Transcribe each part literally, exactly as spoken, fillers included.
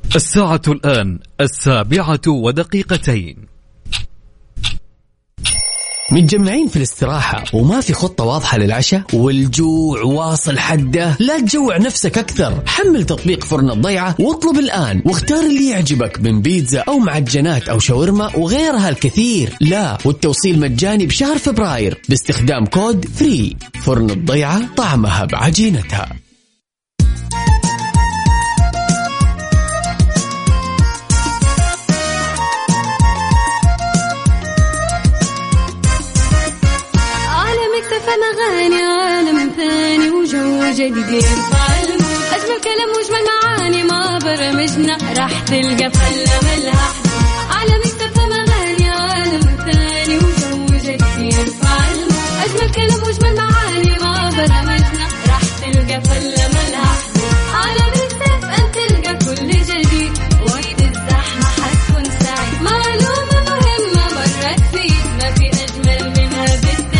الساعة الآن السابعة ودقيقتين. متجمعين في الاستراحة وما في خطة واضحة للعشاء والجوع واصل حده؟ لا تجوع نفسك أكثر، حمل تطبيق فرن الضيعة واطلب الآن واختار اللي يعجبك من بيتزا أو معجنات أو شاورما وغيرها الكثير. لا، والتوصيل مجاني بشهر فبراير باستخدام كود فري. فرن الضيعة، طعمها بعجينتها. أغاني عالم ثاني وجو جديد يرفع المود، أجمل كلام وأجمل معاني ما برمجنا راح تلقى فلة ملها عالم يكتفى أغاني عالم ثاني وجو جديد يرفع المود، أجمل كلام وأجمل معاني ما برمجنا راح تلقى فلة ملها عالم يكتفى أن تلقى كل جديد وقت الزحمة حتكون سعيد. معلومة مهمة مرت فيك ما في أجمل منها بالتأكيد.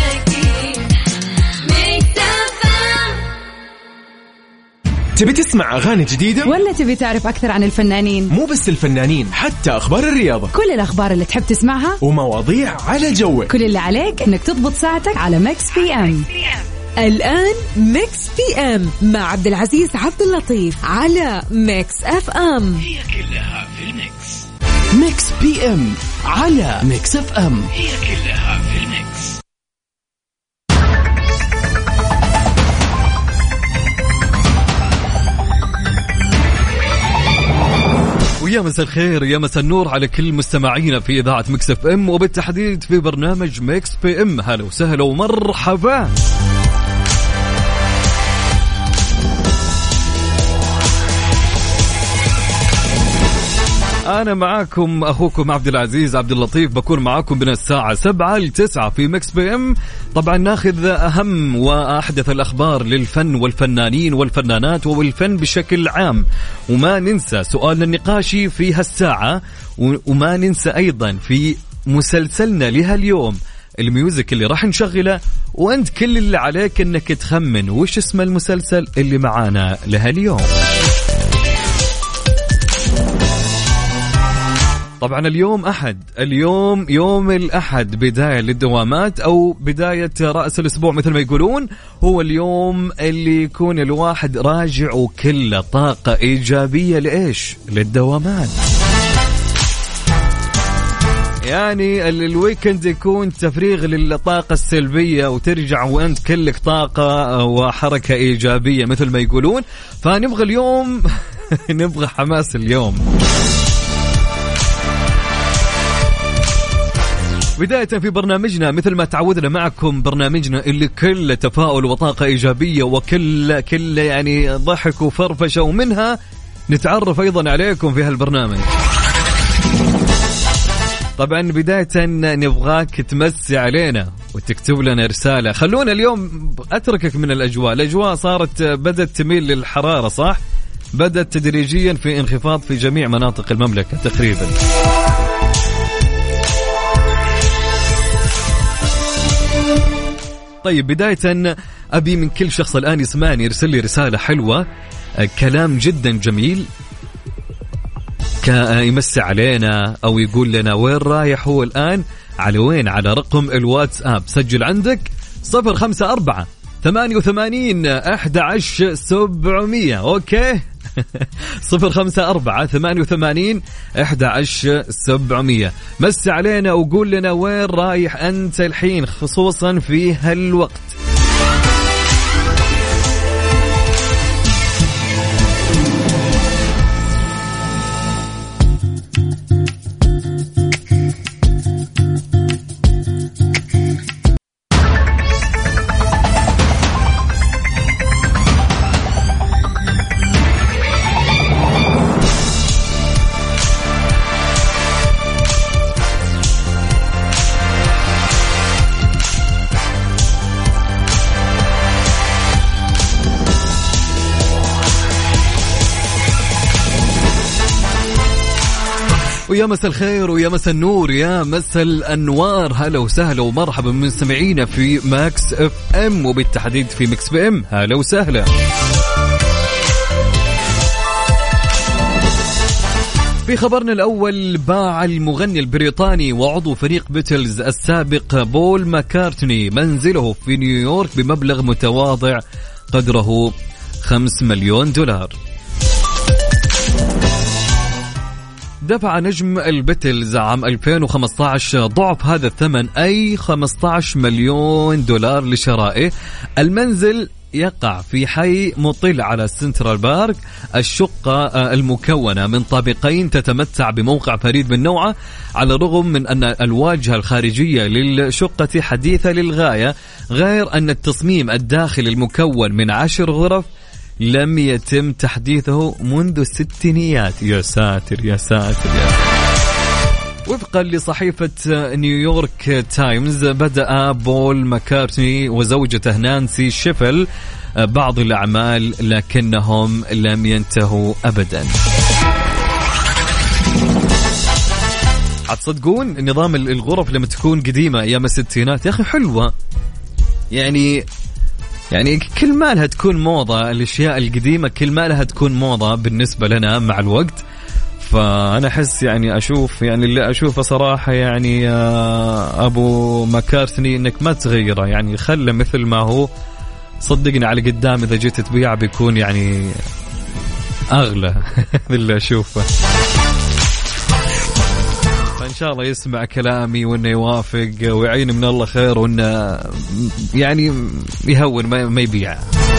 تبي تسمع أغاني جديدة؟ ولا تبي تعرف أكثر عن الفنانين؟ مو بس الفنانين، حتى أخبار الرياضة، كل الأخبار اللي تحب تسمعها ومواضيع على جوك. كل اللي عليك إنك تضبط ساعتك على ميكس بي أم. الآن ميكس بي أم مع عبد العزيز عبد اللطيف على ميكس أف أم. هي كلها في الميكس. ميكس بي أم على ميكس أف أم. هي كلها في الميكس. ويا مساء الخير يا مساء النور على كل مستمعينا في إذاعة ميكس اف ام وبالتحديد في برنامج ميكس بي ام. هلا وسهلا ومرحبا. أنا معاكم أخوكم عبد العزيز عبد اللطيف، بكون معاكم من الساعة سبعة لتسعة في ميكس بي ام. طبعا ناخذ أهم وأحدث الأخبار للفن والفنانين والفنانات والفن بشكل عام، وما ننسى سؤالنا النقاشي في هالساعة، وما ننسى أيضا في مسلسلنا لها اليوم الميوزك اللي راح نشغله، وأنت كل اللي عليك أنك تخمن وش اسم المسلسل اللي معانا لها اليوم. طبعا اليوم أحد، اليوم يوم الأحد بداية للدوامات أو بداية رأس الأسبوع مثل ما يقولون. هو اليوم اللي يكون الواحد راجع وكله طاقة إيجابية لإيش؟ للدوامات. يعني الويكند يكون تفريغ للطاقة السلبية وترجع وأنت كلك طاقة وحركة إيجابية مثل ما يقولون. فنبغى اليوم نبغى حماس اليوم. بداية في برنامجنا مثل ما تعودنا معكم، برنامجنا اللي كله تفاؤل وطاقة إيجابية وكل كل يعني ضحك وفرفشة، ومنها نتعرف أيضا عليكم في هالبرنامج. طبعا بداية نبغاك تمسي علينا وتكتب لنا رسالة. خلونا اليوم أتركك من الأجواء. الأجواء صارت بدأت تميل للحرارة، صح؟ بدأت تدريجيا في انخفاض في جميع مناطق المملكة تقريبا. طيب بداية أبي من كل شخص الآن يسمعني يرسل لي رسالة حلوة، كلام جدا جميل، يمسي علينا أو يقول لنا وين رايح هو الآن، على وين، على رقم الواتساب. سجل عندك صفر خمسة أربعة ثمانية وثمانين أحد عشر سبعمية. أوكي صفر خمسة أربعة ثمانية وثمانين أحد عشر سبعمية. مسي علينا وقول لنا وين رايح أنت الحين خصوصا في هالوقت. ويا مساء الخير ويا مساء النور يا مساء الأنوار. هلا وسهلا ومرحبا من سمعينا في ماكس اف ام وبالتحديد في ميكس بي ام. هلا وسهلا. في خبرنا الأول، باع المغني البريطاني وعضو فريق بيتلز السابق بول ماكارتني منزله في نيويورك بمبلغ متواضع قدره خمس مليون دولار. دفع نجم البيتلز عام ألفين وخمسة عشر ضعف هذا الثمن أي خمسة عشر مليون دولار لشرائه. المنزل يقع في حي مطل على سنترال بارك، الشقة المكونة من طابقين تتمتع بموقع فريد من نوعه، على الرغم من أن الواجهة الخارجية للشقة حديثة للغاية، غير أن التصميم الداخلي المكون من عشر غرف لم يتم تحديثه منذ الستينيات. يا ساتر يا ساتر يا ساتر. وفقا لصحيفة نيويورك تايمز، بدأ بول ماكارتني وزوجته نانسي شيفل بعض الأعمال لكنهم لم ينتهوا أبدا. هتصدقون نظام الغرف لما تكون قديمة أيام الستينات يا أخي حلوة، يعني يعني كل ما لها تكون موضة، الأشياء القديمة كل ما لها تكون موضة بالنسبة لنا مع الوقت. فأنا أحس يعني أشوف يعني اللي أشوفه صراحة يعني أبو ماكارتني إنك ما تغيره، يعني خله مثل ما هو. صدقني على قدام إذا جيت تبيع بيكون يعني أغلى اللي أشوفه. فإن شاء الله يسمع كلامي وإنه يوافق ويعين من الله خير، وإنه يعني يهون ما يبيع.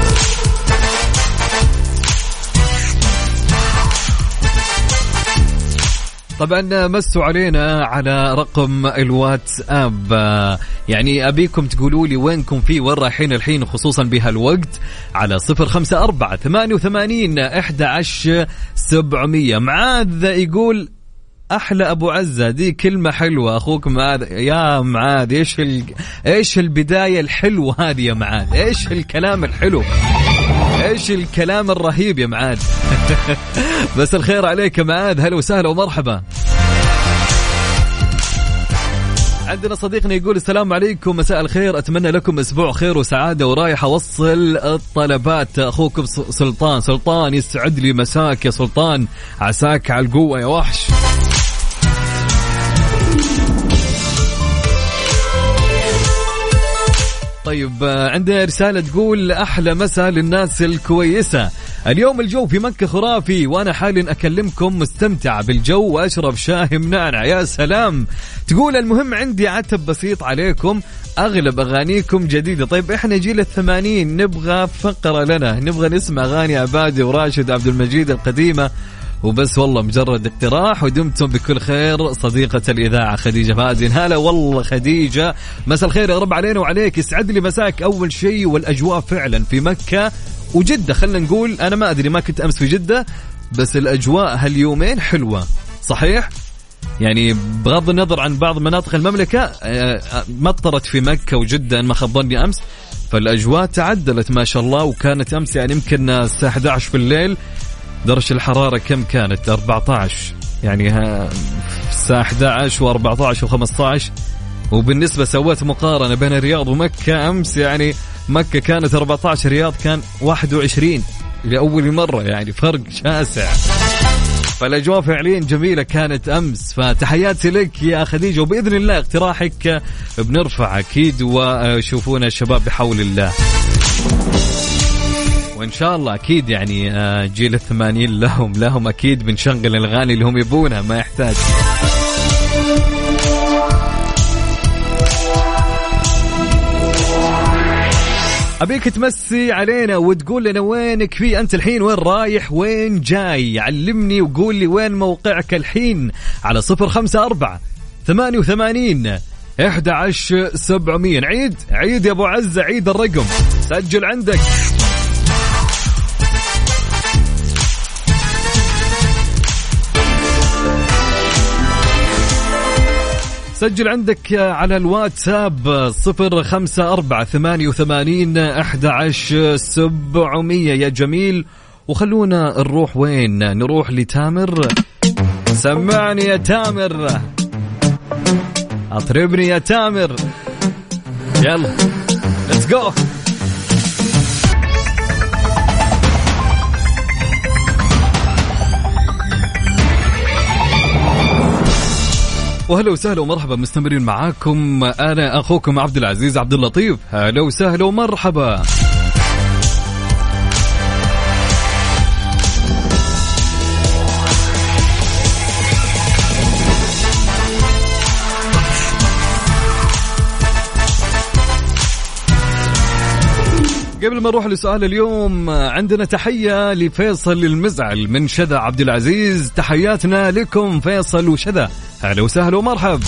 طبعا مسوا علينا على رقم الواتساب، يعني أبيكم تقولوا لي وينكم فيه وين رايحين الحين خصوصا بهالوقت، على صفر خمسة أربعة ثمانية وثمانين أحد عشر سبعمية. معاذ يقول أحلى أبو عزة، دي كلمة حلوة أخوك معاذ. يا معاذ إيش ال... إيش البداية الحلوة هذه يا معاذ؟ إيش الكلام الحلو؟ إيش الكلام الرهيب يا معاذ؟ بس الخير عليك يا معاذ، هلا وسهلا ومرحبا. عندنا صديقنا يقول السلام عليكم، مساء الخير، أتمنى لكم أسبوع خير وسعادة، ورايح أوصل الطلبات. أخوكم سلطان. سلطان يسعد لي مساك يا سلطان، عساك على القوة يا وحش. طيب عندنا رسالة تقول أحلى مساء للناس الكويسة، اليوم الجو في مكة خرافي، وأنا حاليا أكلمكم مستمتع بالجو وأشرب شاي منعنع. يا سلام. تقول المهم عندي عتب بسيط عليكم، أغلب أغانيكم جديدة. طيب إحنا جيل الثمانين نبغى فقرة لنا، نبغى نسمع أغاني عبادي وراشد عبد المجيد القديمة وبس. والله مجرد اقتراح، ودمتم بكل خير. صديقة الإذاعة خديجة فازن. هلا والله خديجة، مساء الخير يا رب علينا وعليك، يسعد لي مساك أول شيء. والأجواء فعلا في مكة وجدة، خلنا نقول أنا ما أدري ما كنت أمس في جدة، بس الأجواء هاليومين حلوة صحيح. يعني بغض النظر عن بعض مناطق المملكة مطرت في مكة وجدة ما خاب ظني أمس، فالأجواء تعدلت ما شاء الله. وكانت أمس يعني يمكن الساعة أحد عشر في الليل درجة الحرارة كم كانت؟ أربعة عشر، يعني الساعة أحد عشر وأربعة عشر وخمسة عشر. وبالنسبة سويت مقارنة بين الرياض ومكة أمس، يعني مكة كانت أربعة عشر، الرياض كان واحد وعشرين لأول مرة، يعني فرق شاسع. فالأجواء فعليا جميلة كانت أمس. فتحياتي لك يا خديجة، وبإذن الله اقتراحك بنرفع أكيد، وشوفونا الشباب بحول الله، وإن شاء الله أكيد يعني جيل الثمانين لهم لهم أكيد بنشغل الأغاني اللي هم يبونها، ما يحتاج. أبيك تمسي علينا وتقول لنا وينك في أنت الحين، وين رايح وين جاي، علمني وقول لي وين موقعك الحين على صفر خمسة أربعة ثمانية وثمانين أحد عشر سبعمية. عيد عيد يا أبو عزة، عيد الرقم، سجل عندك. سجل عندك على الواتساب صفر خمسة أربعة ثمانية وثمانين أحد عشر سبعمية يا جميل. وخلونا نروح وين؟ نروح لتامر. سمعني يا تامر، أطربني يا تامر، يلا let's go. وهلا وسهلا ومرحبا، مستمرين معاكم أنا أخوكم عبد العزيز عبد اللطيف. هلا وسهلا ومرحبا. قبل ما نروح لسؤال اليوم، عندنا تحية لفيصل المزعل من شذا عبد العزيز. تحياتنا لكم فيصل وشذا، هلا وسهلا ومرحب.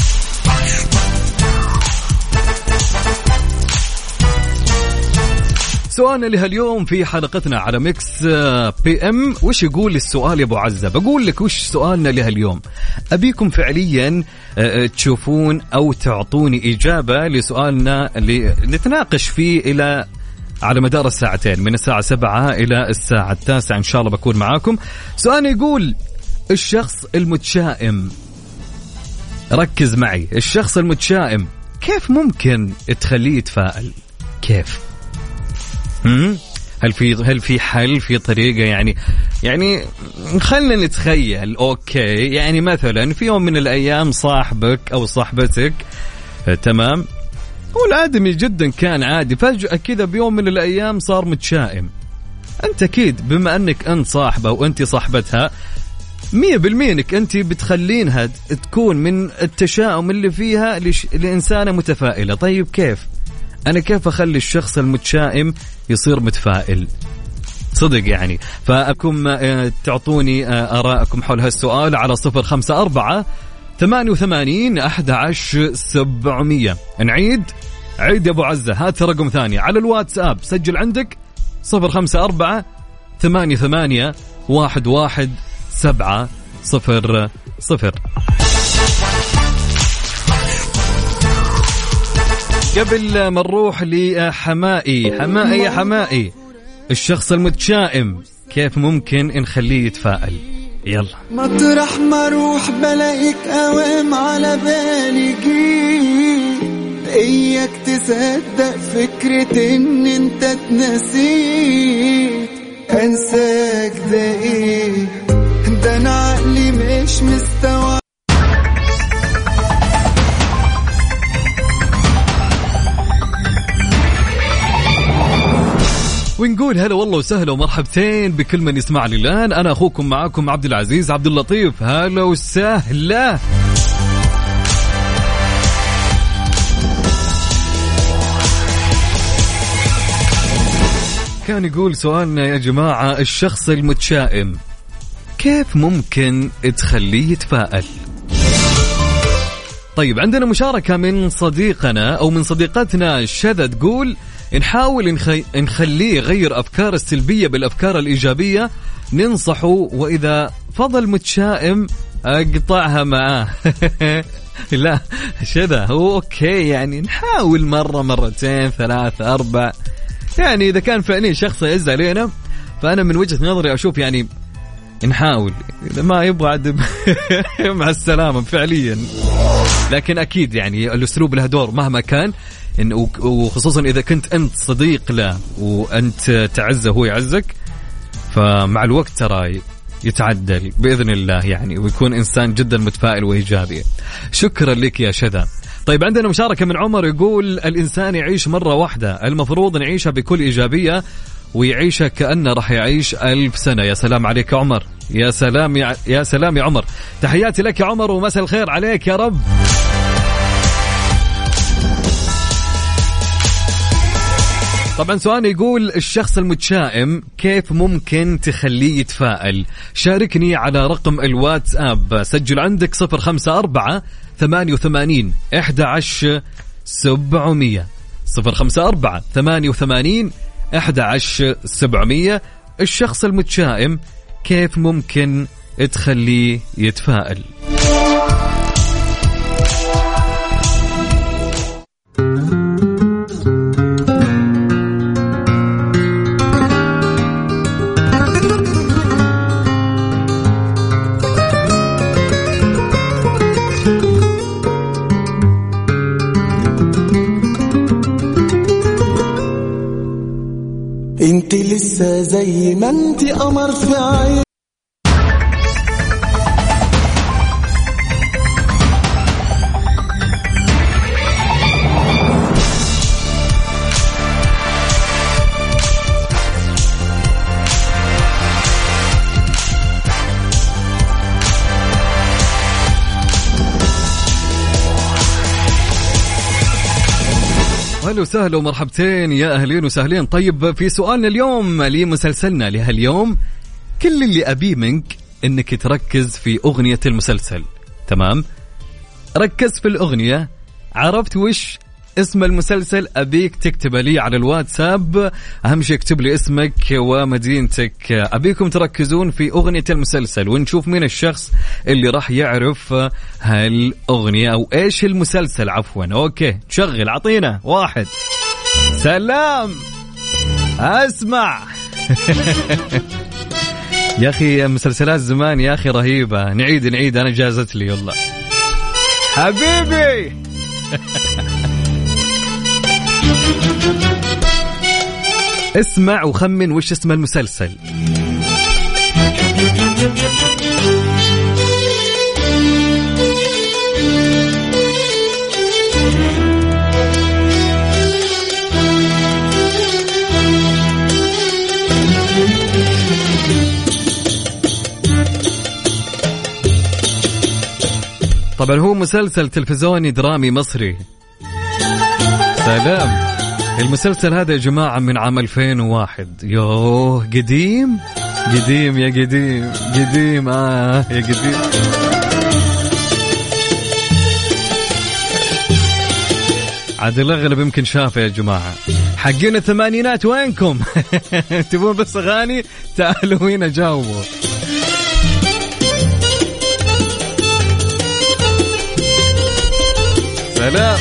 سؤالنا لهاليوم في حلقتنا على ميكس بي ام، وش يقول السؤال يا ابو عزة؟ بقول لك وش سؤالنا لهاليوم. ابيكم فعليا تشوفون او تعطوني اجابة لسؤالنا اللي نتناقش فيه الى على مدار الساعتين، من الساعة سبعة إلى الساعة التاسعة إن شاء الله بكون معاكم. سؤال يقول: الشخص المتشائم، ركز معي، الشخص المتشائم كيف ممكن تخليه يتفائل؟ كيف؟ هم؟ هل في هل في حل، في طريقة؟ يعني يعني خلنا نتخيل. أوكي، يعني مثلا في يوم من الأيام صاحبك أو صاحبتك تمام، والآدمي جدا كان عادي، فجأة كذا بيوم من الأيام صار متشائم. أنت أكيد بما أنك أنت صاحبة وأنت صاحبتها مية بالمية أنك أنت بتخلينها تكون من التشاؤم اللي فيها لإنسانة متفائلة. طيب كيف؟ أنا كيف أخلي الشخص المتشائم يصير متفائل؟ صدق يعني. فأكم تعطوني آراءكم حول هالسؤال على صفر خمسة أربعة ثمانية وثمانين أحد عشر سبعمية. نعيد عيد يا أبو عزة، هات رقم ثاني على الواتساب، سجل عندك صفر خمسة أربعة ثمانية ثمانية واحد واحد سبعة صفر صفر. قبل ما نروح لحمائي، حمائي يا حمائي، الشخص المتشائم كيف ممكن نخليه يتفائل؟ يلا. مطرح ما روح بلاقيك قوام على بالي، جيت اياك تصدق فكرة ان انت تنسيت، انساك ده ايه ده، انا عقلي مش مستوى. ونقول هلا والله وسهلا ومرحبتين بكل من يسمعني الآن. أنا أخوكم معكم عبد العزيز عبد اللطيف، هلا وسهلا. كان يقول سؤالنا يا جماعة: الشخص المتشائم كيف ممكن تخليه يتفائل؟ طيب عندنا مشاركة من صديقنا أو من صديقتنا شذا، تقول: نحاول نخي... نخليه يغير أفكار السلبية بالأفكار الإيجابية، ننصحه، وإذا فضل متشائم أقطعها معاه. لا شذا، هو أوكي يعني نحاول مرة مرتين ثلاثة أربع، يعني إذا كان فعليا شخص يعز علينا فأنا من وجهة نظري أشوف يعني نحاول، إذا ما يبغى عاد مع السلامة فعليا. لكن أكيد يعني الأسلوب له دور مهما كان، إن وخصوصا إذا كنت أنت صديق له وأنت تعزه هو يعزك، فمع الوقت ترى يتعدل بإذن الله يعني، ويكون إنسان جدا متفائل وإيجابي. شكرا لك يا شذا. طيب عندنا مشاركة من عمر، يقول: الإنسان يعيش مرة واحدة، المفروض نعيشها بكل إيجابية ويعيشها كأنه راح يعيش ألف سنة. يا سلام عليك يا عمر، يا سلام يا, يا سلام يا عمر، تحياتي لك يا عمر ومساء الخير عليك يا رب. طبعا سؤال يقول: الشخص المتشائم كيف ممكن تخليه يتفائل؟ شاركني على رقم الواتساب، سجل عندك صفر خمسة أربعة ثمانية وثمانين أحد عشر سبعمية، صفر خمسة أربعة ثمانية وثمانين أحد عشر سبعمية. الشخص المتشائم كيف ممكن تخليه يتفائل؟ انت لسه زي ما انت قمر في عين. وهلا وسهلا ومرحبتين يا أهلين وسهلين. طيب في سؤالنا اليوم لمسلسلنا لهاليوم، كل اللي أبيه منك إنك تركز في أغنية المسلسل. تمام، ركز في الأغنية، عرفت وش اسم المسلسل؟ أبيك تكتب لي على الواتساب، أهم شيء اكتب لي اسمك ومدينتك. أبيكم تركزون في أغنية المسلسل ونشوف مين الشخص اللي راح يعرف هالأغنية أو إيش المسلسل عفوا. أوكي تشغل، عطينا واحد. سلام، أسمع. يا أخي مسلسلات زمان يا أخي رهيبة. نعيد نعيد، أنا جازت لي والله حبيبي. اسمع وخمن وش اسم المسلسل. طبعا هو مسلسل تلفزيوني درامي مصري. سلام. المسلسل هذا يا جماعة من عام ألفين وواحد. يوه قديم قديم يا قديم قديم آه يا قديم. عاد الأغلب يمكن شافه يا جماعة. حقين الثمانينات وينكم؟ تبون بس أغاني؟ تعالوا هنا جاوبوا. سلام.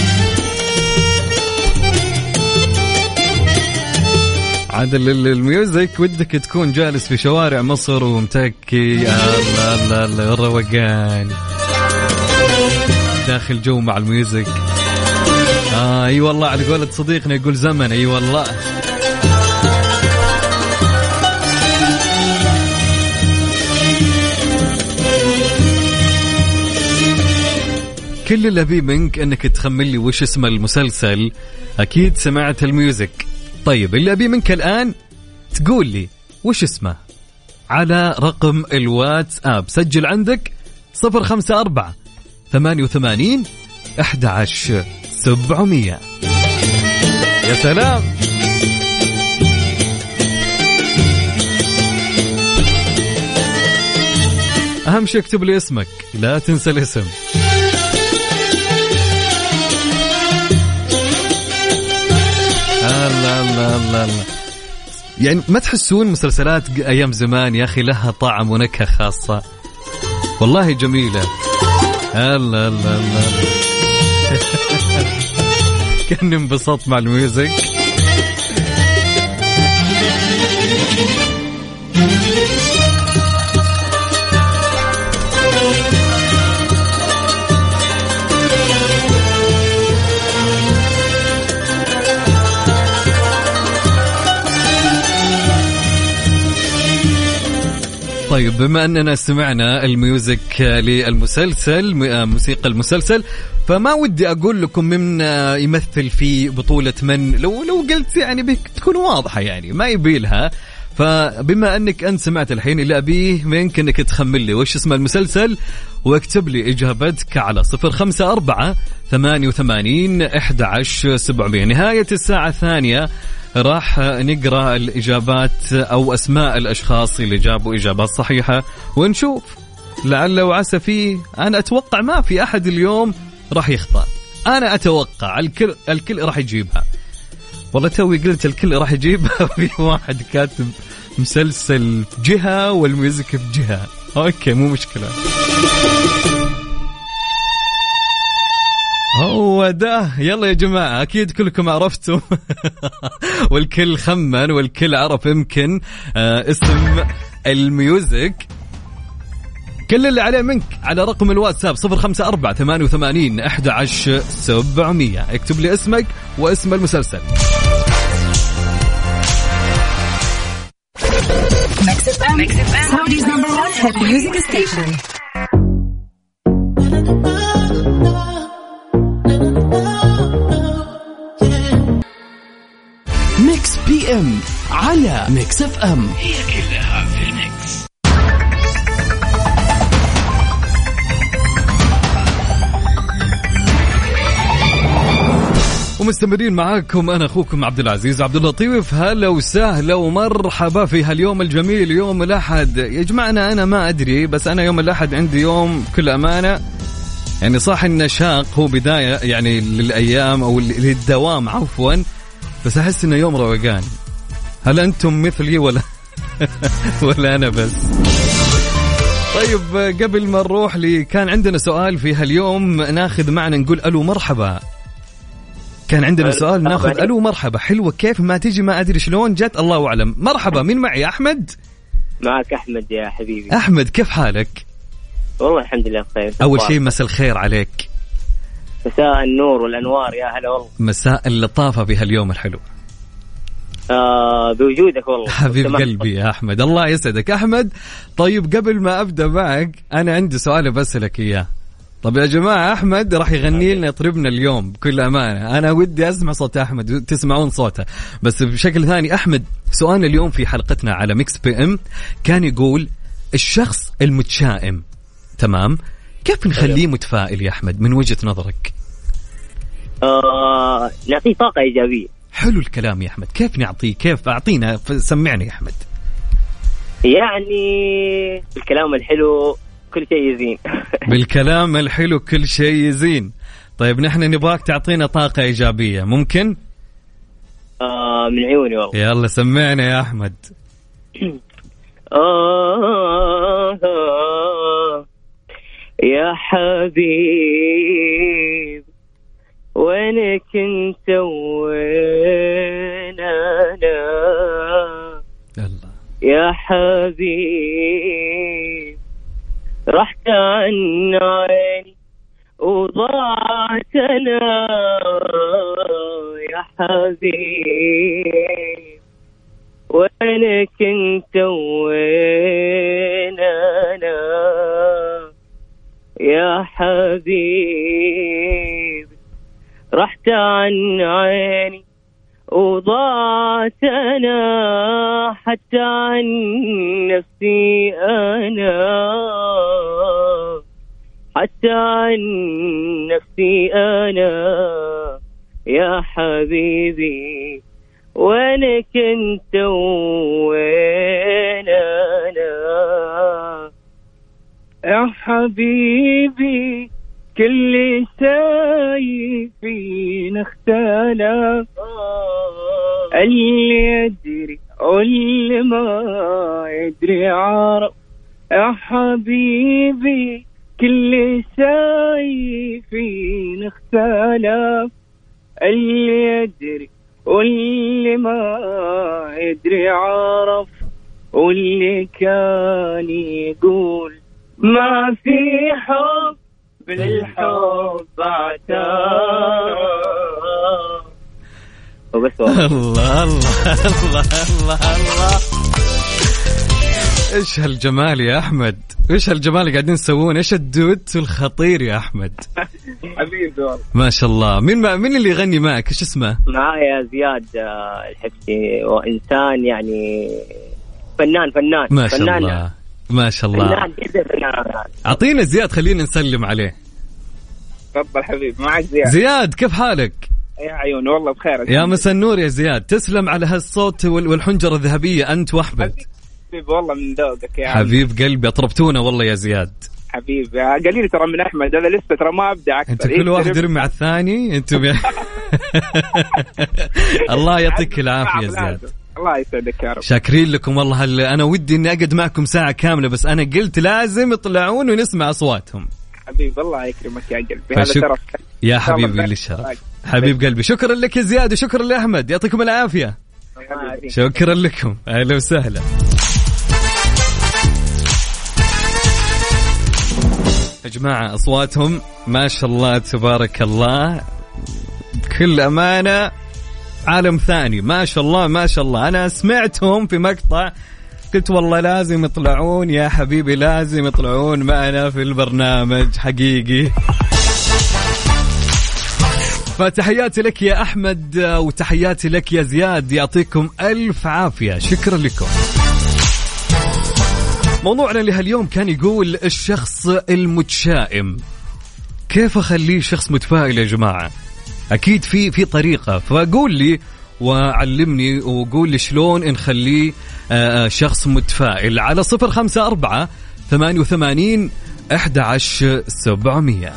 عاد الميوزك ودك تكون جالس في شوارع مصر ومتكي. الله الله الله الروقان، داخل جو مع الميوزك. آه اي والله، على قولة صديقنا يقول زمن. اي والله. كل اللي أبي منك انك تخمن لي وش اسم المسلسل. اكيد سمعت الميوزك. طيب اللي أبي منك الآن تقول لي وش اسمه على رقم الواتساب. سجل عندك صفر خمسة أربعة ثمانية وثمانين أحد عشر سبعمية. يا سلام. أهم شيء اكتب لي اسمك، لا تنسى الاسم. الله الله الله الله. يعني ما تحسون مسلسلات أيام زمان يا أخي لها طعم ونكهة خاصة؟ والله جميلة. الله الله الله. كأني انبسطت مع الميوزك. طيب بما أننا سمعنا الميوزك للمسلسل، موسيقى المسلسل، فما ودي أقول لكم من يمثل في بطولة من. لو لو قلت يعني بك تكون واضحة، يعني ما يبيلها. فبما أنك أنت سمعت الحين، اللي أبيه منك أنك تخمن لي وش اسم المسلسل واكتب لي إجابتك على صفر خمسة أربعة ثمانية وثمانين أحد عشر سبعمية. نهاية الساعة الثانية راح نقرأ الإجابات أو أسماء الأشخاص اللي جابوا إجابات صحيحة ونشوف لعل وعسى فيه. أنا أتوقع ما في أحد اليوم راح يخطأ. أنا أتوقع الكل الكل راح يجيبها. والله توي قلت الكل راح يجيبها. في واحد كاتب مسلسل جهة والميوزك بجهة. أوكي مو مشكلة. هو ده. يلا يا جماعة أكيد كلكم عرفتم. والكل خمن والكل عرف يمكن آه اسم الميوزك. كل اللي عليه منك على رقم الواتساب صفر خمسة أربعة ثمانية وثمانين أحد عشر سبعمية اكتب لي اسمك واسم المسلسل. Saudi's number one hit music station. ميكس بي ام على ميكس اف ام، هي كلها في الميكس. ومستمرين معاكم أنا أخوكم عبد العزيز عبد اللطيف. هلا وسهلا ومرحبا في هاليوم الجميل يوم الأحد. يا جماعة أنا ما أدري بس أنا يوم الأحد عندي يوم كل أمانة يعني صح النشاق هو بداية يعني للأيام أو للدوام عفوا، بس أحس إنه يوم روقان. هل أنتم مثلي ولا ولا أنا بس؟ طيب قبل ما نروح لي كان عندنا سؤال في هاليوم ناخذ معنا نقول ألو مرحبا. كان عندنا سؤال ناخذ ألو مرحبا. حلوة كيف ما تيجي ما أدري شلون جت الله أعلم. مرحبا مين معي؟ أحمد معك أحمد يا حبيبي. أحمد كيف حالك؟ والله الحمد لله بخير. أول شيء مساء الخير عليك. مساء النور والأنوار يا هلا والله. مساء اللطافة بهاليوم الحلو. آه بوجودك والله حبيب قلبي يا أحمد الله يسعدك أحمد. طيب قبل ما أبدأ معك أنا عندي سؤال بسألك إياه. طب يا جماعة أحمد راح يغني لنا يطربنا اليوم بكل أمانة. أنا ودي أسمع صوت أحمد تسمعون صوته بس بشكل ثاني. أحمد سؤالنا اليوم في حلقتنا على ميكس بي ام كان يقول الشخص المتشائم تمام كيف نخليه متفائل يا أحمد من وجهة نظرك؟ آه نعطيه طاقة إيجابية. حلو الكلام يا أحمد. كيف نعطيه؟ كيف أعطينا سمعني يا أحمد. يعني بالكلام الحلو كل شيء يزين. بالكلام الحلو كل شيء يزين. طيب نحن نبغاك تعطينا طاقة إيجابية ممكن؟ آه من عيوني والله. يلا سمعنا يا أحمد. آه آه يا حبيب وين كنت وين أنا يا حبيب رحت عن عيني وضاعت أنا يا حبيب وين كنت وين أنا يا حبيب رحت عن عيني وضاعت أنا حتى عن نفسي أنا حتى عن نفسي أنا يا حبيبي وين كنت وين أنا يا حبيبي كل شيء فينا اختلف اللي يدري واللي ما يدري عارف يا حبيبي كل شيء فينا اختلف اللي يدري واللي ما يدري عارف واللي كان يقول ما في حب بالحب بعتها. الله الله الله الله الله ايش هالجمال يا احمد. ايش هالجمال اللي قاعدين تسوون. ايش الدوت الخطير يا احمد. حبيبي والله ما شاء الله. مين ما مين اللي يغني معك؟ ايش اسمه؟ معايا زياد الحبشي وانسان يعني فنان فنان ما شاء فنان الله ما شاء الله. اعطينا زياد خلينا نسلم عليه. تفضل حبيبي معك زياد. زياد كيف حالك؟ يا عيون والله بخير يا مساء النور يا زياد. تسلم على هالصوت والحنجرة الذهبية أنت وأحمد. حبيب والله من ذوقك يا حبيب قلبي أطربتونا والله يا زياد. حبيب يا قليل ترى من أحمد هذا لسه ترى ما أبدع أكثر. أنت كل واحد يرمي على الثاني أنتم يا... الله يعطيك العافية زياد. الله يسعدك يا رب. شاكرين لكم والله. هل أنا ودي إني أقعد معكم ساعة كاملة بس أنا قلت لازم يطلعون ونسمع أصواتهم. حبيب الله يكرمك يا قلبي. هذا شرف يا حبيبي للشرف. حبيب قلبي شكرا لك يا زياد وشكرا لأحمد يعطيكم العافية. شكرا لكم أهلا وسهلا. يا جماعة أصواتهم ما شاء الله تبارك الله بكل أمانة عالم ثاني ما شاء الله ما شاء الله. أنا سمعتهم في مقطع قلت والله لازم يطلعون يا حبيبي لازم يطلعون معنا في البرنامج حقيقي. فتحياتي لك يا أحمد وتحياتي لك يا زياد يعطيكم ألف عافية. شكرا لكم. موضوعنا لهاليوم كان يقول الشخص المتشائم كيف أخليه شخص متفائل يا جماعة. أكيد في في طريقة، فقول لي وعلمني وقول لي شلون نخليه شخص متفائل على صفر خمسة أربعة ثمانية وثمانين أحد عشر سبعمية.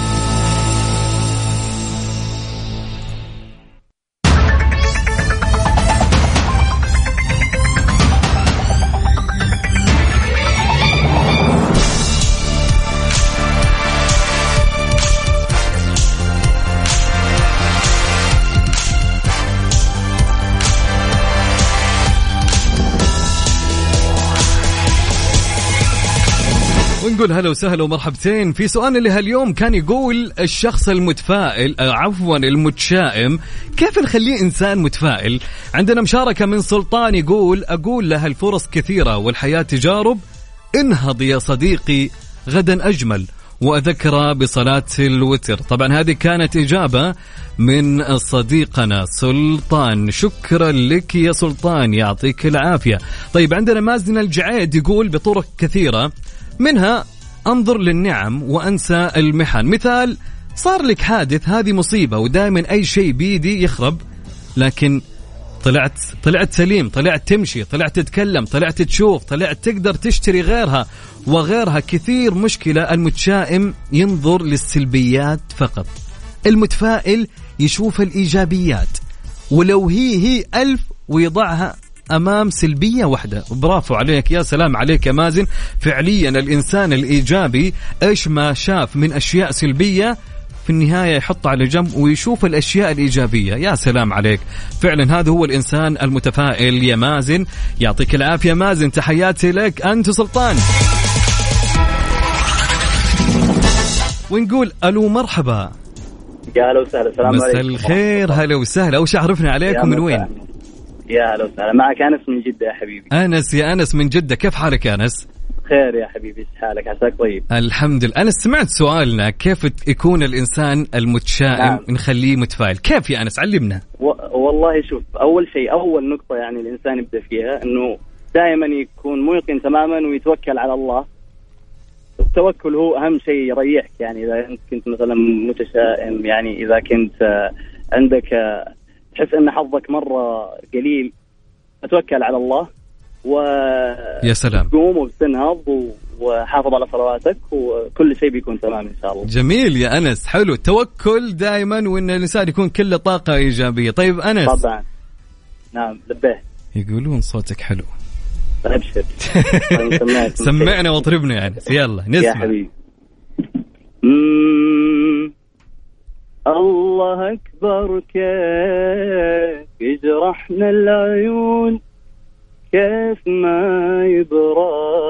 نقول هلا وسهلا ومرحبتين في سؤالنا اللي هاليوم كان يقول الشخص المتفائل عفوا المتشائم كيف نخليه إنسان متفائل. عندنا مشاركة من سلطان يقول أقول له الفرص كثيرة والحياة تجارب، انهض يا صديقي غدا أجمل، وأذكر بصلاة الوتر. طبعا هذه كانت إجابة من صديقنا سلطان، شكرا لك يا سلطان يعطيك العافية. طيب عندنا مازن الجعيد يقول بطرق كثيرة منها انظر للنعم وانسى المحن. مثال صار لك حادث هذه مصيبة ودائما اي شيء بيدي يخرب، لكن طلعت طلعت سليم، طلعت تمشي، طلعت تتكلم، طلعت تشوف، طلعت تقدر تشتري غيرها وغيرها كثير. مشكلة المتشائم ينظر للسلبيات فقط، المتفائل يشوف الإيجابيات ولو هي هي ألف ويضعها أمام سلبية واحدة. برافو عليك، يا سلام عليك يا مازن. فعليا الإنسان الإيجابي إيش ما شاف من أشياء سلبية في النهاية يحط على جنب ويشوف الأشياء الإيجابية. يا سلام عليك، فعلا هذا هو الإنسان المتفائل يا مازن. يعطيك العافية مازن، تحياتي لك أنت سلطان. ونقول ألو مرحبا. يا هلا وسهلا، السلام عليكم. مساء الخير، هلا وسهلا. وش عرفنا عليكم من وين؟ يا هلا وسهلا، معك أنس من جدة يا حبيبي. أنس، يا أنس من جدة، كيف حالك يا أنس؟ خير يا حبيبي، ايش حالك؟ عساك طيب؟ الحمد لله. أنا سمعت سؤالنا كيف يكون الإنسان المتشائم نعم. نخليه متفائل، كيف يا أنس علمنا؟ و... والله شوف، أول شيء أول نقطة يعني الإنسان يبدأ فيها إنه دائما يكون موقن تماما ويتوكل على الله. التوكل هو أهم شيء يريحك، يعني إذا أنت كنت مثلا متشائم، يعني إذا كنت عندك تحس أن حظك مرة قليل، أتوكل على الله و يا سلام قوم وبتنهض وحافظ على صلواتك وكل شيء بيكون تمام إن شاء الله. جميل يا أنس، حلو التوكل دائما وإن الإنسان يكون كله طاقة إيجابية. طيب أنس. طبعا نعم لبيه. يقولون صوتك حلو. أبشر. سمعنا واطربنا يا أنس، يلا نسمع. يا حبيبي. الله أكبر كيف يجرحنا العيون، كيف ما يبرى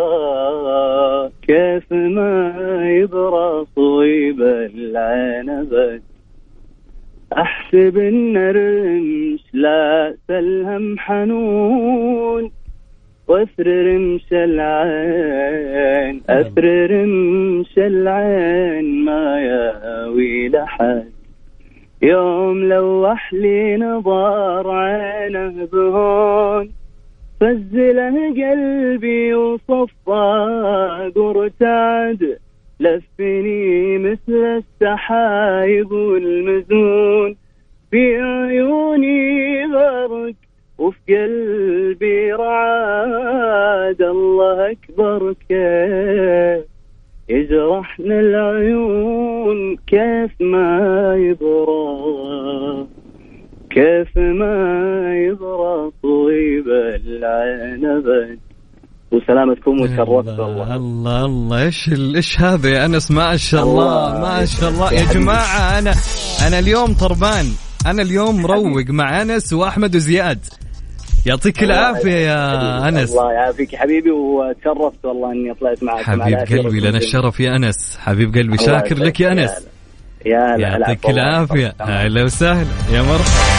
كيف ما يبرى صويب العنبة، أحسب إن الرمش لا سلهم حنون، وأثر رمش العين أثر رمش العين ما يهوي لحد، يوم لوح لي نظار عينه بهون، فزله قلبي وصفى قرتاد، لفني مثل السحايب والمزون، في عيوني غرق وفي قلبي رعاد، الله أكبر كيف يجرحنا العيون، كيف ما يبرى كيف ما يبرى طيب العنبة. وسلامتكم وتشرفت والله. الله الله ايش ايش هذا يا أنس، ما شاء الله, الله ما شاء الله يا جماعة. أنا أنا اليوم طربان، أنا اليوم مروق مع أنس وأحمد وزياد. يعطيك العافية يا أنس. الله يعافيك حبيبي، وتشرفت والله إني طلعت معك. حبيب قلبي لنا الشرف يا أنس، حبيب قلبي شاكر لك يا أنس. يا يعطيك العافية، أهلا وسهلا يا مرحبا.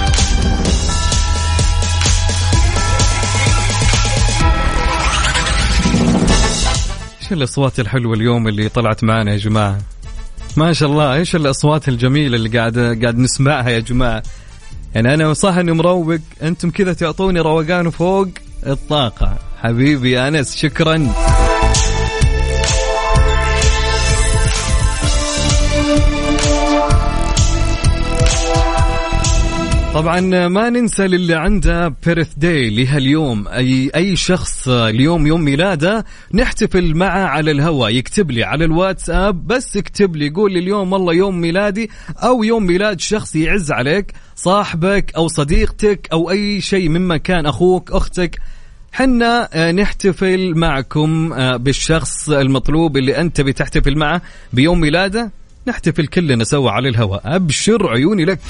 ايش الأصوات الحلوة اليوم اللي طلعت معنا يا جماعة، ما شاء الله. ايش الأصوات الجميلة اللي قاعد قاعد نسمعها يا جماعة. يعني أنا صح إني مروق، أنتم كذا تعطوني روقان فوق الطاقة. حبيبي يا أنس شكرا. طبعا ما ننسى للي عنده بيرث داي لها اليوم، أي أي شخص اليوم يوم ميلاده نحتفل معه على الهواء. يكتب لي على الواتساب، بس يكتب لي يقول لي اليوم والله يوم ميلادي أو يوم ميلاد شخص يعز عليك، صاحبك أو صديقتك أو أي شيء مما كان، أخوك أختك. حنا نحتفل معكم بالشخص المطلوب اللي أنت بتحتفل معه بيوم ميلاده، نحتفل كلنا سوا على الهواء. أبشر عيوني لك.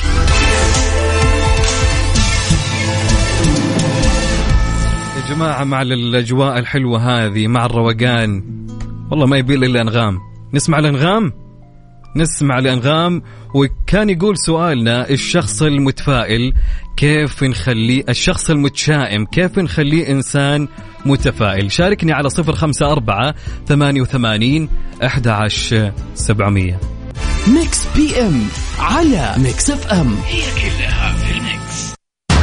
يا جماعة مع الأجواء الحلوة هذه، مع الروقان، والله ما يبي إلا أنغام. نسمع الأنغام نسمع الأنغام. وكان يقول سؤالنا الشخص المتفائل كيف نخليه، الشخص المتشائم كيف نخليه إنسان متفائل؟ شاركني على صفر خمسة أربعة ثمانية وثمانين أحد عشر سبعمية. ميكس بي ام على ميكس اف ام، هي كلها في الميكس.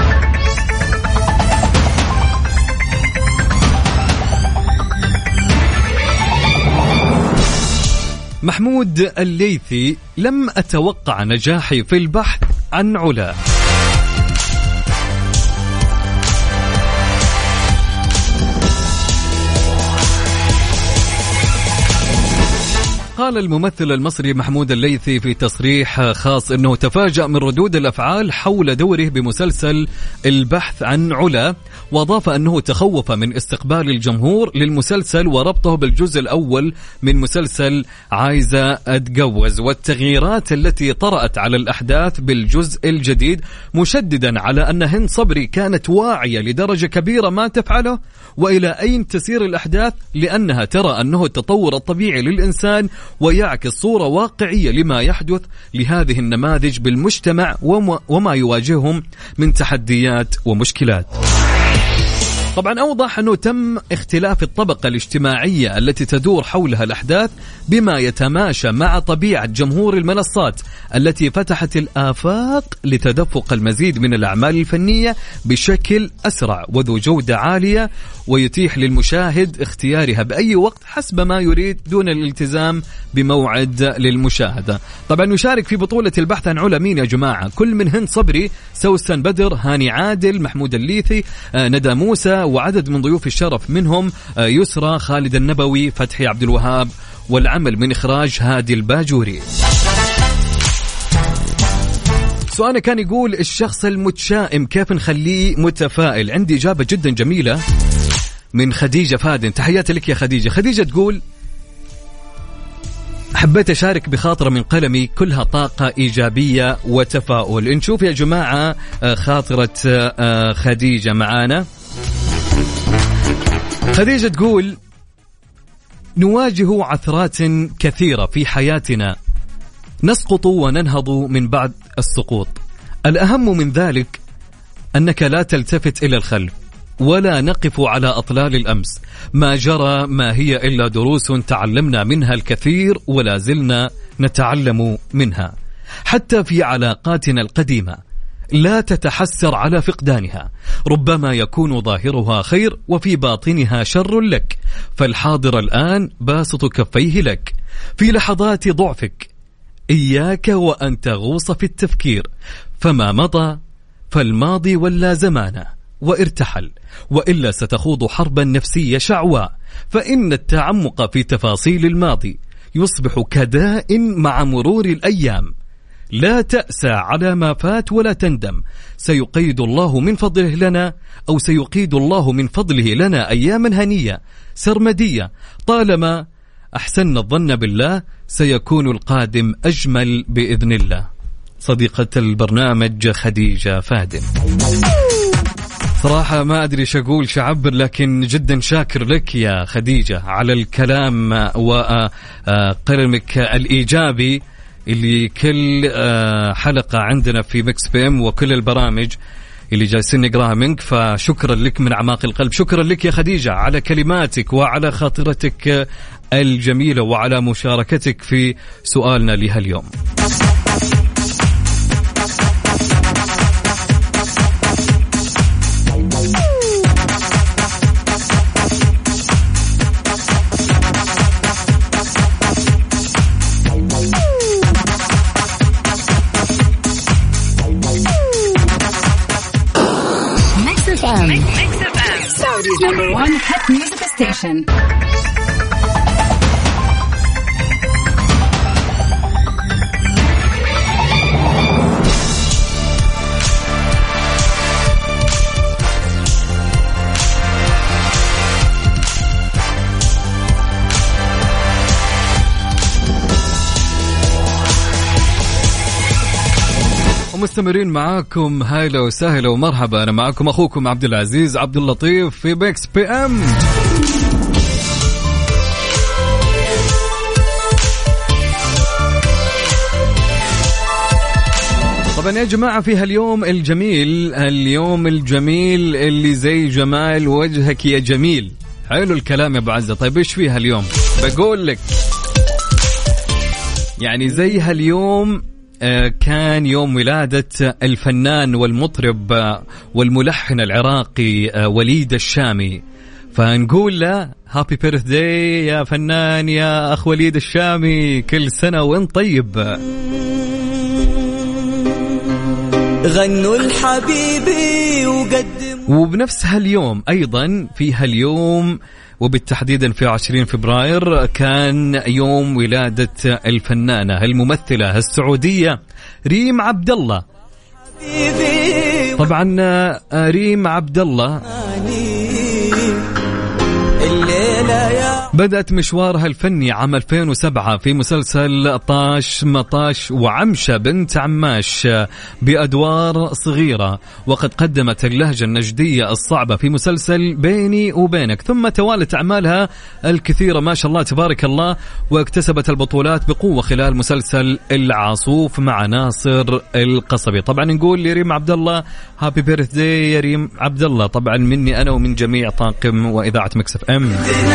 محمود الليثي: لم أتوقع نجاحي في البحث عن علا. قال الممثل المصري محمود الليثي في تصريح خاص أنه تفاجأ من ردود الأفعال حول دوره بمسلسل البحث عن علا، وأضاف أنه تخوف من استقبال الجمهور للمسلسل وربطه بالجزء الأول من مسلسل عايزة أتجوز والتغييرات التي طرأت على الأحداث بالجزء الجديد، مشددا على أن هند صبري كانت واعية لدرجة كبيرة ما تفعله وإلى أين تسير الأحداث، لأنها ترى أنه التطور الطبيعي للإنسان ويعكس صورة واقعية لما يحدث لهذه النماذج بالمجتمع وما يواجههم من تحديات ومشكلات. طبعا أوضح أنه تم اختلاف الطبقة الاجتماعية التي تدور حولها الأحداث بما يتماشى مع طبيعة جمهور المنصات التي فتحت الآفاق لتدفق المزيد من الأعمال الفنية بشكل أسرع وذو جودة عالية، ويتيح للمشاهد اختيارها بأي وقت حسب ما يريد دون الالتزام بموعد للمشاهدة. طبعا يشارك في بطولة البحث عن علا مين يا جماعة؟ كل من هند صبري، سوسن بدر، هاني عادل، محمود الليثي، ندى موسى، وعدد من ضيوف الشرف منهم يسرى، خالد النبوي، فتحي عبد الوهاب، والعمل من إخراج هادي الباجوري. سؤالنا كان يقول الشخص المتشائم كيف نخليه متفائل؟ عندي إجابة جدا جميلة من خديجة فادن، تحياتي لك يا خديجة. خديجة تقول: حبيت أشارك بخاطرة من قلمي كلها طاقة إيجابية وتفاؤل. نشوف يا جماعة خاطرة خديجة معانا. خديجة تقول: نواجه عثرات كثيرة في حياتنا، نسقط وننهض من بعد السقوط. الأهم من ذلك أنك لا تلتفت إلى الخلف ولا نقف على أطلال الأمس. ما جرى ما هي إلا دروس تعلمنا منها الكثير ولا زلنا نتعلم منها. حتى في علاقاتنا القديمة لا تتحسر على فقدانها، ربما يكون ظاهرها خير وفي باطنها شر لك، فالحاضر الآن باسط كفيه لك. في لحظات ضعفك إياك وأن تغوص في التفكير، فما مضى فالماضي ولا زمانه وارتحل، وإلا ستخوض حربا نفسية شعواء، فإن التعمق في تفاصيل الماضي يصبح كداء مع مرور الأيام. لا تأسى على ما فات ولا تندم، سيقيد الله من فضله لنا أو سيقيد الله من فضله لنا أياما هنية سرمدية. طالما أحسن الظن بالله سيكون القادم أجمل بإذن الله. صديقة البرنامج خديجة فادن. صراحة ما أدري شقول شعبر، لكن جدا شاكر لك يا خديجة على الكلام وقلمك الإيجابي اللي كل حلقة عندنا في ميكس بي ام وكل البرامج اللي جالسين نقراها منك، فشكرا لك من أعماق القلب. شكرا لك يا خديجة على كلماتك وعلى خاطرتك الجميلة وعلى مشاركتك في سؤالنا لها اليوم. هات ميوزك ستيشن. مستمرين معاكم، هلا وسهلا ومرحبا. أنا معاكم أخوكم عبد العزيز عبد اللطيف في ميكس بي ام. طبعا يا جماعة في هاليوم الجميل، اليوم الجميل اللي زي جمال وجهك يا جميل. حلو الكلام يا أبو عزة. طيب إيش فيها اليوم؟ بقول لك يعني زي هاليوم كان يوم ولادة الفنان والمطرب والملحن العراقي وليد الشامي، فنقول له هابي بيرث داي يا فنان يا أخ وليد الشامي، كل سنة وانت طيب. غنوا الحبيبي وقدموا. وبنفس هاليوم أيضا في هاليوم وبالتحديد في عشرين فبراير كان يوم ولادة الفنانة الممثلة السعودية ريم عبد الله. طبعا ريم عبد الله بدأت مشوارها الفني عام ألفين وسبعة في مسلسل طاش مطاش وعمشة بنت عماش بأدوار صغيرة، وقد قدمت اللهجة النجدية الصعبة في مسلسل بيني وبينك، ثم توالت أعمالها الكثيرة ما شاء الله تبارك الله، واكتسبت البطولات بقوة خلال مسلسل العاصوف مع ناصر القصبي. طبعا نقول لريم عبد الله هابي بيرث داي يا ريم عبد الله، طبعا مني أنا ومن جميع طاقم وإذاعة ميكس اف ام.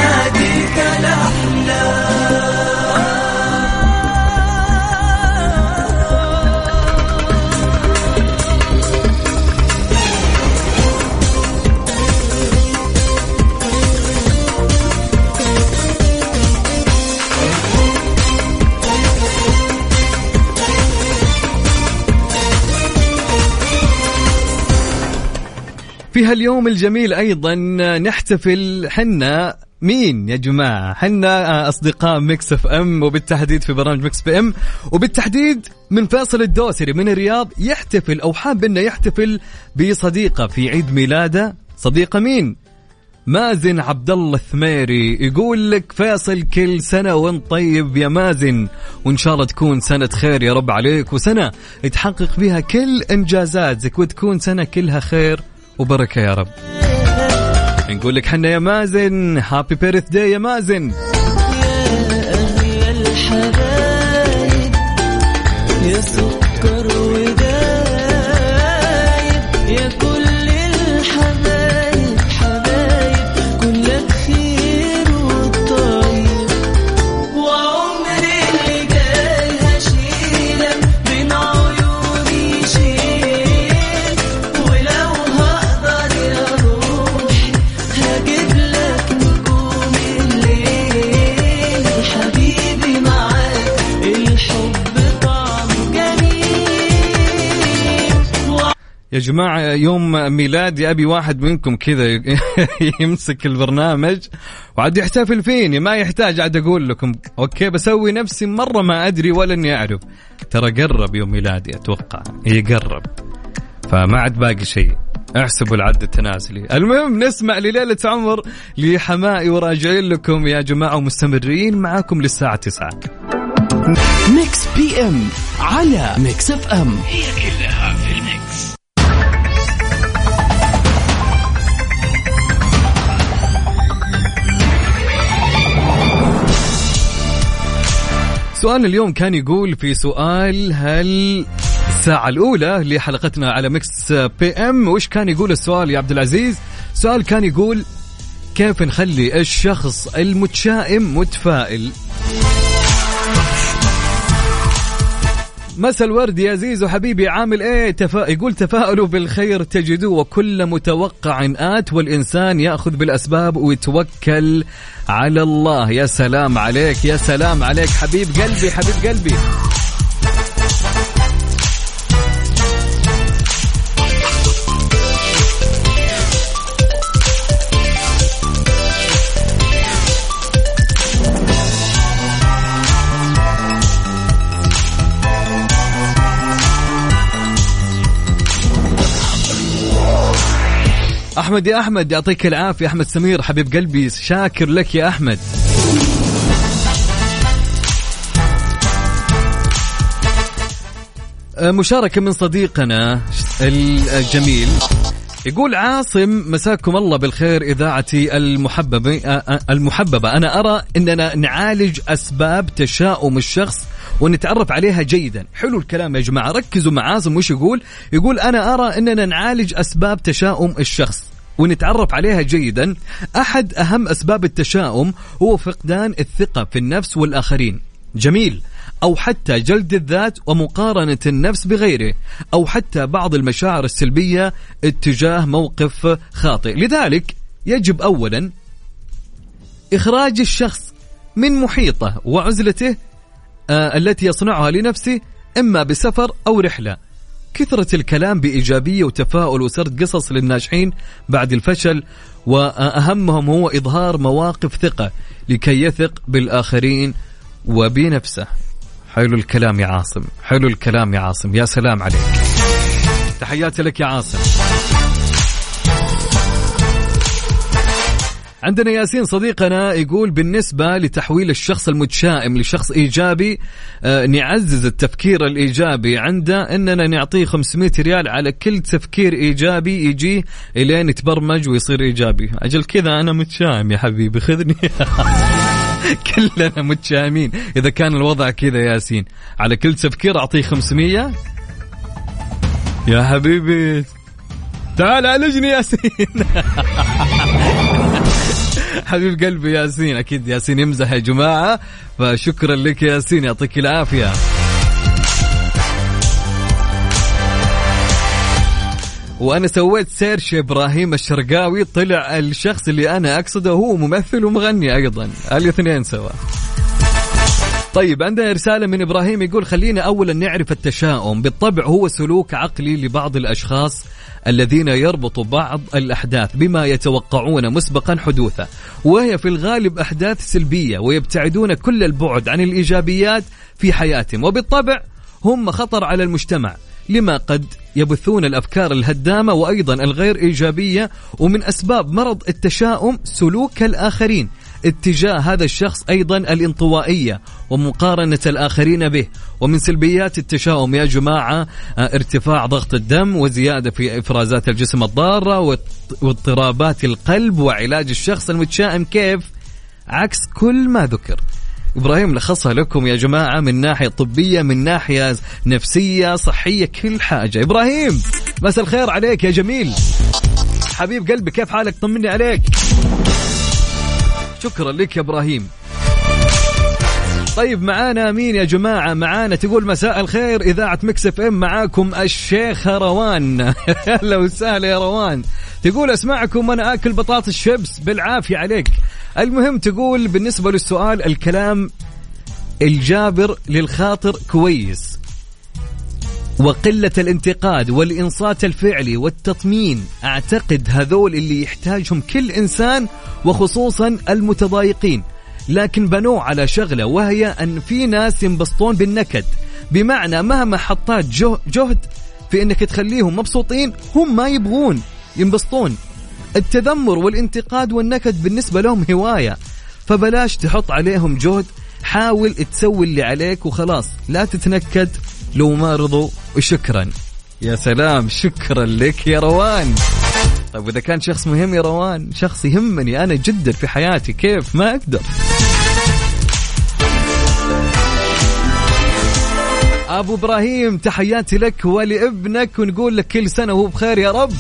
في هاليوم الجميل أيضا نحتفل حنا مين يا جماعة؟ حنا أصدقاء ميكس اف ام، وبالتحديد في برامج ميكس بي ام، وبالتحديد من فاصل الدوسري من الرياض يحتفل أو حاب إنه يحتفل بصديقة في عيد ميلاده. صديقة مين؟ مازن عبد الله الثميري. يقول لك فاصل كل سنة وانت طيب يا مازن، وإن شاء الله تكون سنة خير يا رب عليك، وسنة تحقق فيها كل إنجازاتك، وتكون سنة كلها خير وبركة يا رب. نقول لك حنا يا مازن هابي بيرث داي يا مازن. يا الحبايب يا سكر ودايب يا كل الحبايب حبايب كلك خير والطيب، وعمري اللي جاي هشيلك بين عيوني شيل، ولو هقدر يا روحي هجيب لك نجوم الليل، حبيبي معاك الحب طعم جميل. يا جماعة يوم ميلادي أبي واحد منكم كذا يمسك البرنامج وعاد يحتفل فيني، ما يحتاج عاد أقول لكم أوكي، بسوي نفسي مرة ما أدري ولا إني أعرف. ترى قرب يوم ميلادي، أتوقع يقرب، فما عاد باقي شيء، احسبوا العد التنازلي. المهم نسمع لليلة عمر لحمائي وراجعين لكم يا جماعة، ومستمرين معاكم للساعة تسعة. ميكس بي ام على ميكس اف ام، هي كلها في الميكس. سؤال اليوم كان يقول في سؤال هل الساعة الأولى لحلقتنا على ميكس بي ام، وإيش كان يقول السؤال يا عبد العزيز؟ سؤال كان يقول كيف نخلي الشخص المتشائم متفائل؟ مساء الورد يا زيزو حبيبي، عامل ايه؟ تفا... يقول تفاؤلوا بالخير تجدوه وكل متوقع آت، والإنسان يأخذ بالأسباب ويتوكل على الله. يا سلام عليك، يا سلام عليك حبيب قلبي، حبيب قلبي. أحمد يا أحمد يعطيك العافية. أحمد سمير حبيب قلبي شاكر لك يا أحمد. مشاركة من صديقنا الجميل يقول عاصم مساكم الله بالخير إذاعتي المحببة المحببة أنا أرى أننا نعالج أسباب تشاؤم الشخص ونتعرف عليها جيدا. حلو الكلام يا جماعة، ركزوا مع عاصم وش يقول. يقول أنا أرى أننا نعالج أسباب تشاؤم الشخص ونتعرف عليها جيدا. أحد أهم أسباب التشاؤم هو فقدان الثقة في النفس والآخرين. جميل. أو حتى جلد الذات ومقارنة النفس بغيره، أو حتى بعض المشاعر السلبية اتجاه موقف خاطئ. لذلك يجب أولا إخراج الشخص من محيطه وعزلته آه التي يصنعها لنفسه، إما بسفر أو رحلة. كثرة الكلام بإيجابية وتفاؤل وسرد قصص للناجحين بعد الفشل، وأهمهم هو إظهار مواقف ثقة لكي يثق بالآخرين وبنفسه. حلو الكلام يا عاصم، حلو الكلام يا عاصم، يا سلام عليك، تحياتي لك يا عاصم. عندنا ياسين صديقنا يقول بالنسبة لتحويل الشخص المتشائم لشخص إيجابي آه نعزز التفكير الإيجابي عنده، إننا نعطيه خمسمائة ريال على كل تفكير إيجابي يجيه إلين يتبرمج ويصير إيجابي. أجل كذا أنا متشائم يا حبيبي خذني. كلنا متشائمين. إذا كان الوضع كذا ياسين على كل تفكير أعطيه خمسمية يا حبيبي، تعال عالجني ياسين. حبيب قلبي ياسين، أكيد ياسين يمزح يا جماعة، فشكرا لك ياسين يعطيك العافية. وأنا سويت سيرش إبراهيم الشرقاوي، طلع الشخص اللي أنا أقصده هو ممثل ومغني أيضا، الاثنين سوا. طيب عندنا رسالة من إبراهيم يقول خلينا أولا نعرف التشاؤم. بالطبع هو سلوك عقلي لبعض الأشخاص الذين يربطوا بعض الأحداث بما يتوقعون مسبقا حدوثه، وهي في الغالب أحداث سلبية، ويبتعدون كل البعد عن الإيجابيات في حياتهم، وبالطبع هم خطر على المجتمع لما قد يبثون الأفكار الهدامة وأيضا الغير إيجابية. ومن أسباب مرض التشاؤم سلوك الآخرين اتجاه هذا الشخص، أيضا الانطوائية ومقارنة الآخرين به. ومن سلبيات التشاؤم يا جماعة ارتفاع ضغط الدم وزيادة في إفرازات الجسم الضارة واضطرابات القلب. وعلاج الشخص المتشائم كيف؟ عكس كل ما ذكر. إبراهيم لخصها لكم يا جماعة من ناحية طبية، من ناحية نفسية، صحية، كل حاجة. إبراهيم مساء الخير عليك يا جميل حبيب قلبي، كيف حالك؟ طمني عليك. شكرا لك يا إبراهيم. طيب معانا مين يا جماعة؟ معانا تقول مساء الخير إذاعة مكس اف ام، معاكم الشيخ روان. أهلا وسهلا يا روان. تقول أسمعكم وأنا آكل بطاطس شيبس بالعافية عليك. المهم تقول بالنسبة للسؤال، الكلام الجابر للخاطر كويس، وقلة الانتقاد والإنصات الفعلي والتطمين، أعتقد هذول اللي يحتاجهم كل إنسان وخصوصا المتضايقين. لكن بنوا على شغلة، وهي أن في ناس ينبسطون بالنكد، بمعنى مهما حطات جهد في أنك تخليهم مبسوطين هم ما يبغون ينبسطون. التذمر والانتقاد والنكد بالنسبة لهم هواية، فبلاش تحط عليهم جهد، حاول تسوي اللي عليك وخلاص، لا تتنكد لو ما رضوا. وشكرا. يا سلام، شكرا لك يا روان. طيب إذا كان شخص مهم يا روان، شخص يهمني أنا جدا في حياتي، كيف ما أقدر. أبو إبراهيم تحياتي لك ولابنك، ونقول لك كل سنة وهو بخير يا رب.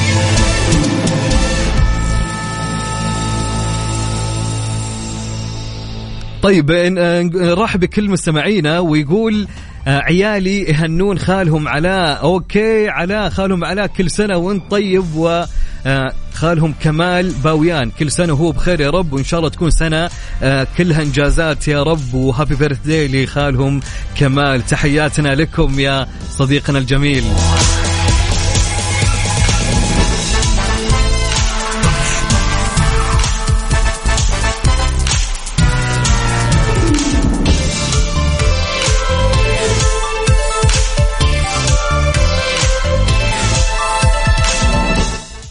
طيب راح بكل مستمعينا، ويقول عيالي يهنون خالهم علاء. أوكي علاء، خالهم علاء كل سنة وانت طيب، وخالهم كمال باويان كل سنة وهو بخير يا رب، وإن شاء الله تكون سنة كلها إنجازات يا رب. وهابي بيرثداي لخالهم كمال. تحياتنا لكم يا صديقنا الجميل.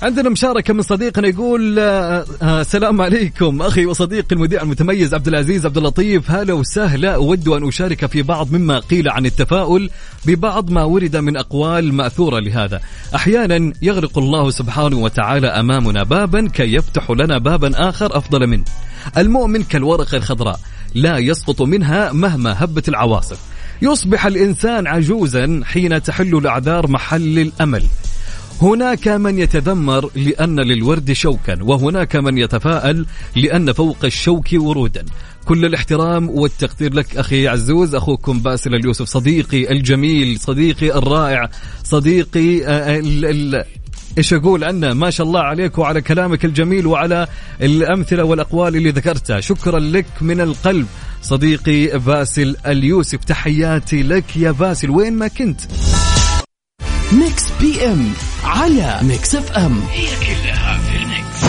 عندنا مشاركة من صديقنا يقول آه آه السلام عليكم أخي وصديقي المذيع المتميز عبد العزيز عبد اللطيف، هلا وسهلا. أود أن أشارك في بعض مما قيل عن التفاؤل ببعض ما ورد من أقوال مأثورة لهذا. أحيانا يغلق الله سبحانه وتعالى أمامنا بابا كي يفتح لنا بابا آخر أفضل منه. المؤمن كالورقة الخضراء لا يسقط منها مهما هبت العواصف. يصبح الإنسان عجوزا حين تحل الأعذار محل الأمل. هناك من يتذمر لأن للورد شوكا، وهناك من يتفاءل لأن فوق الشوك ورودا. كل الاحترام والتقدير لك أخي عزوز، أخوكم باسل اليوسف، صديقي الجميل، صديقي الرائع، صديقي ال ال إيش أقول عنه، ما شاء الله عليك وعلى كلامك الجميل وعلى الأمثلة والأقوال اللي ذكرتها. شكرا لك من القلب صديقي باسل اليوسف، تحياتي لك يا باسل وين ما كنت. ميكس بي ام على ميكس اف ام، هي كلها في الميكس.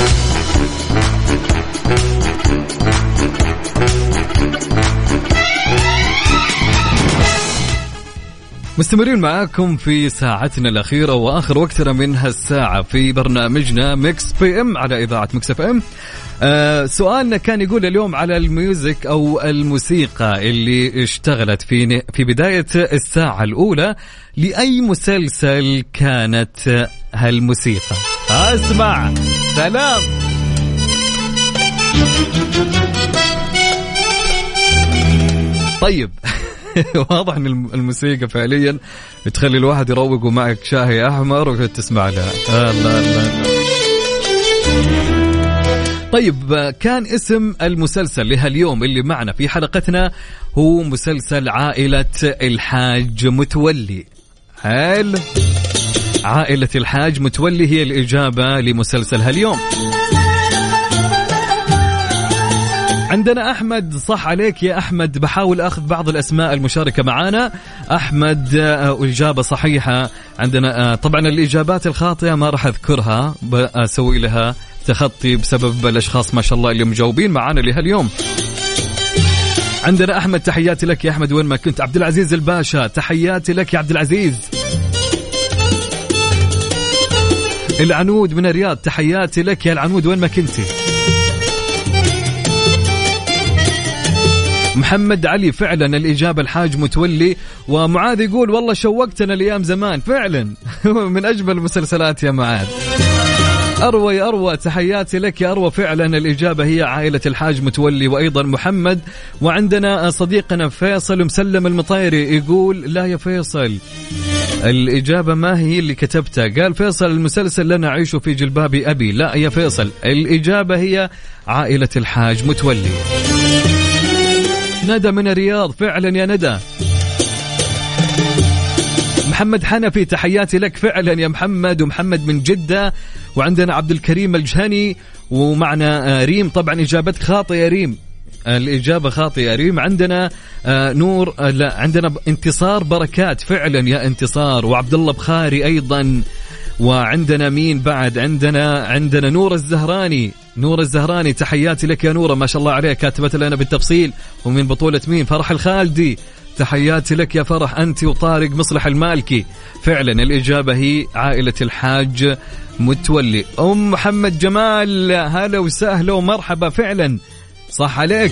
مستمرين معاكم في ساعتنا الأخيرة وآخر وقتنا من هالساعة في برنامجنا ميكس بي ام على إذاعة ميكس اف ام. آه سؤالنا كان يقول اليوم على الميوزك أو الموسيقى اللي اشتغلت في في بداية الساعة الأولى، لأي مسلسل كانت هالموسيقى؟ اسمع سلام. طيب واضح ان الموسيقى فعليا تخلي الواحد يروق ومعك شاهي احمر وتسمع لها. الله الله. طيب كان اسم المسلسل لهاليوم اللي معنا في حلقتنا هو مسلسل عائلة الحاج متولي. هل عائلة الحاج متولي هي الإجابة لمسلسل هاليوم؟ عندنا أحمد، صح عليك يا أحمد، بحاول أخذ بعض الأسماء المشاركة معانا. أحمد إجابة صحيحة. عندنا طبعا الإجابات الخاطئة ما راح أذكرها، بسوي لها تخطي بسبب الأشخاص ما شاء الله اللي مجاوبين معانا لهاليوم. عندنا أحمد، تحياتي لك يا أحمد وين ما كنت. عبد العزيز الباشا، تحياتي لك يا عبد العزيز. العنود من الرياض، تحياتي لك يا العنود وين ما كنتي. محمد علي، فعلا الإجابة الحاج متولي. ومعاذ يقول والله شوقتنا لأيام زمان، فعلا من أجمل المسلسلات يا معاذ. أروى يا أروى، تحياتي لك يا أروى، فعلا الإجابة هي عائلة الحاج متولي. وأيضا محمد. وعندنا صديقنا فيصل مسلم المطيري يقول لا يا فيصل، الإجابة ما هي اللي كتبتها. قال فيصل المسلسل لنا عيش في جلباب أبي. لا يا فيصل، الإجابة هي عائلة الحاج متولي. ندى من الرياض، فعلا يا ندى. محمد حنفي، تحياتي لك فعلا يا محمد. ومحمد من جدة. وعندنا عبد الكريم الجهني، ومعنا ريم. طبعا إجابتك خاطئة ريم، الإجابة خاطئة ريم. عندنا نور، لا عندنا انتصار بركات، فعلا يا انتصار. وعبد الله بخاري أيضا. وعندنا مين بعد؟ عندنا عندنا نور الزهراني. نور الزهراني، تحياتي لك يا نورة، ما شاء الله عليها، كاتبت لنا بالتفصيل. ومن بطولة مين؟ فرح الخالدي، تحياتي لك يا فرح أنت وطارق مصلح المالكي. فعلا الإجابة هي عائلة الحاج متولي. أم محمد جمال، هلا وسهلا ومرحبا، فعلا صح عليك.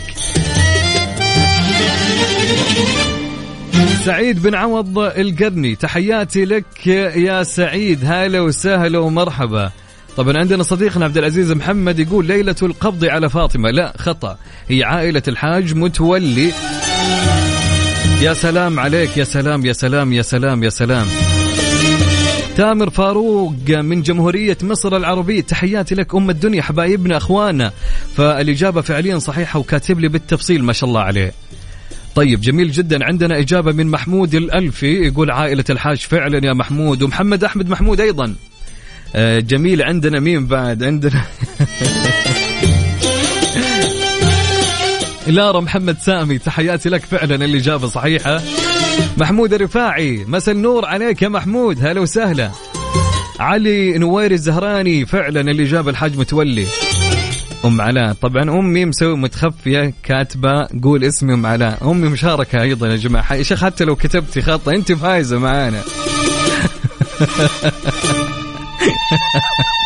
سعيد بن عوض القرني، تحياتي لك يا سعيد، هلا وسهلا ومرحبا. طبعا عندنا صديقنا عبد العزيز محمد يقول ليلة القبض على فاطمة. لا خطأ، هي عائلة الحاج متولي. يا سلام عليك، يا سلام يا سلام يا سلام يا سلام. تامر فاروق من جمهورية مصر العربية، تحياتي لك أم الدنيا، حبايبنا أخوانا. فالإجابة فعليا صحيحة وكاتب لي بالتفصيل، ما شاء الله عليه. طيب جميل جدا. عندنا إجابة من محمود الألفي يقول عائلة الحاج، فعلا يا محمود. ومحمد أحمد محمود أيضا، آه جميل. عندنا مين بعد؟ عندنا لارا محمد سامي، تحياتي لك، فعلا الإجابة صحيحة. محمود الرفاعي، مساء النور عليك يا محمود، هلا وسهلا. علي نوير الزهراني، فعلا الإجابة الحاج متولي. أم علاء، طبعا أمي مسوي متخفية كاتبة قول اسمي أم علاء، أمي مشاركة أيضا يا جماعة. يا شيخ حتى لو كتبتي خطأ أنت فايزة معانا.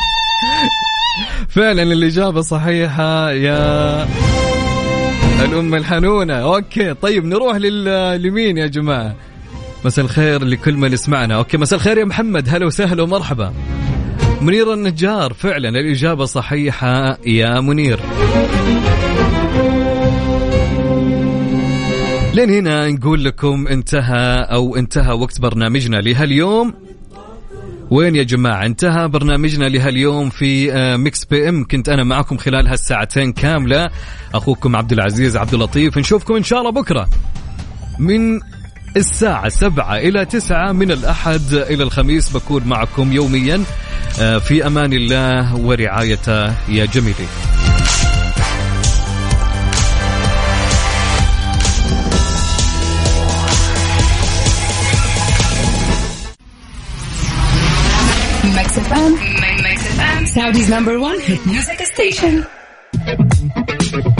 فعلا الإجابة صحيحة يا الأم الحنونة. أوكي طيب نروح لليمين يا جماعة. مساء الخير لكل من يسمعنا. أوكي مساء الخير يا محمد، هلا وسهلا ومرحبا. منير النجار، فعلا الإجابة صحيحة يا منير. لين هنا نقول لكم انتهى أو انتهى وقت برنامجنا لهاليوم. وين يا جماعة؟ انتهى برنامجنا لهاليوم في ميكس بي ام. كنت أنا معكم خلال هالساعتين كاملة، أخوكم عبد العزيز عبد اللطيف. نشوفكم إن شاء الله بكرة من الساعة سبعة إلى تسعة، من الأحد إلى الخميس بكون معكم يوميا. في أمان الله ورعايته يا جميلي. Mix F M, Mix F M, Saudi's number one hit music station.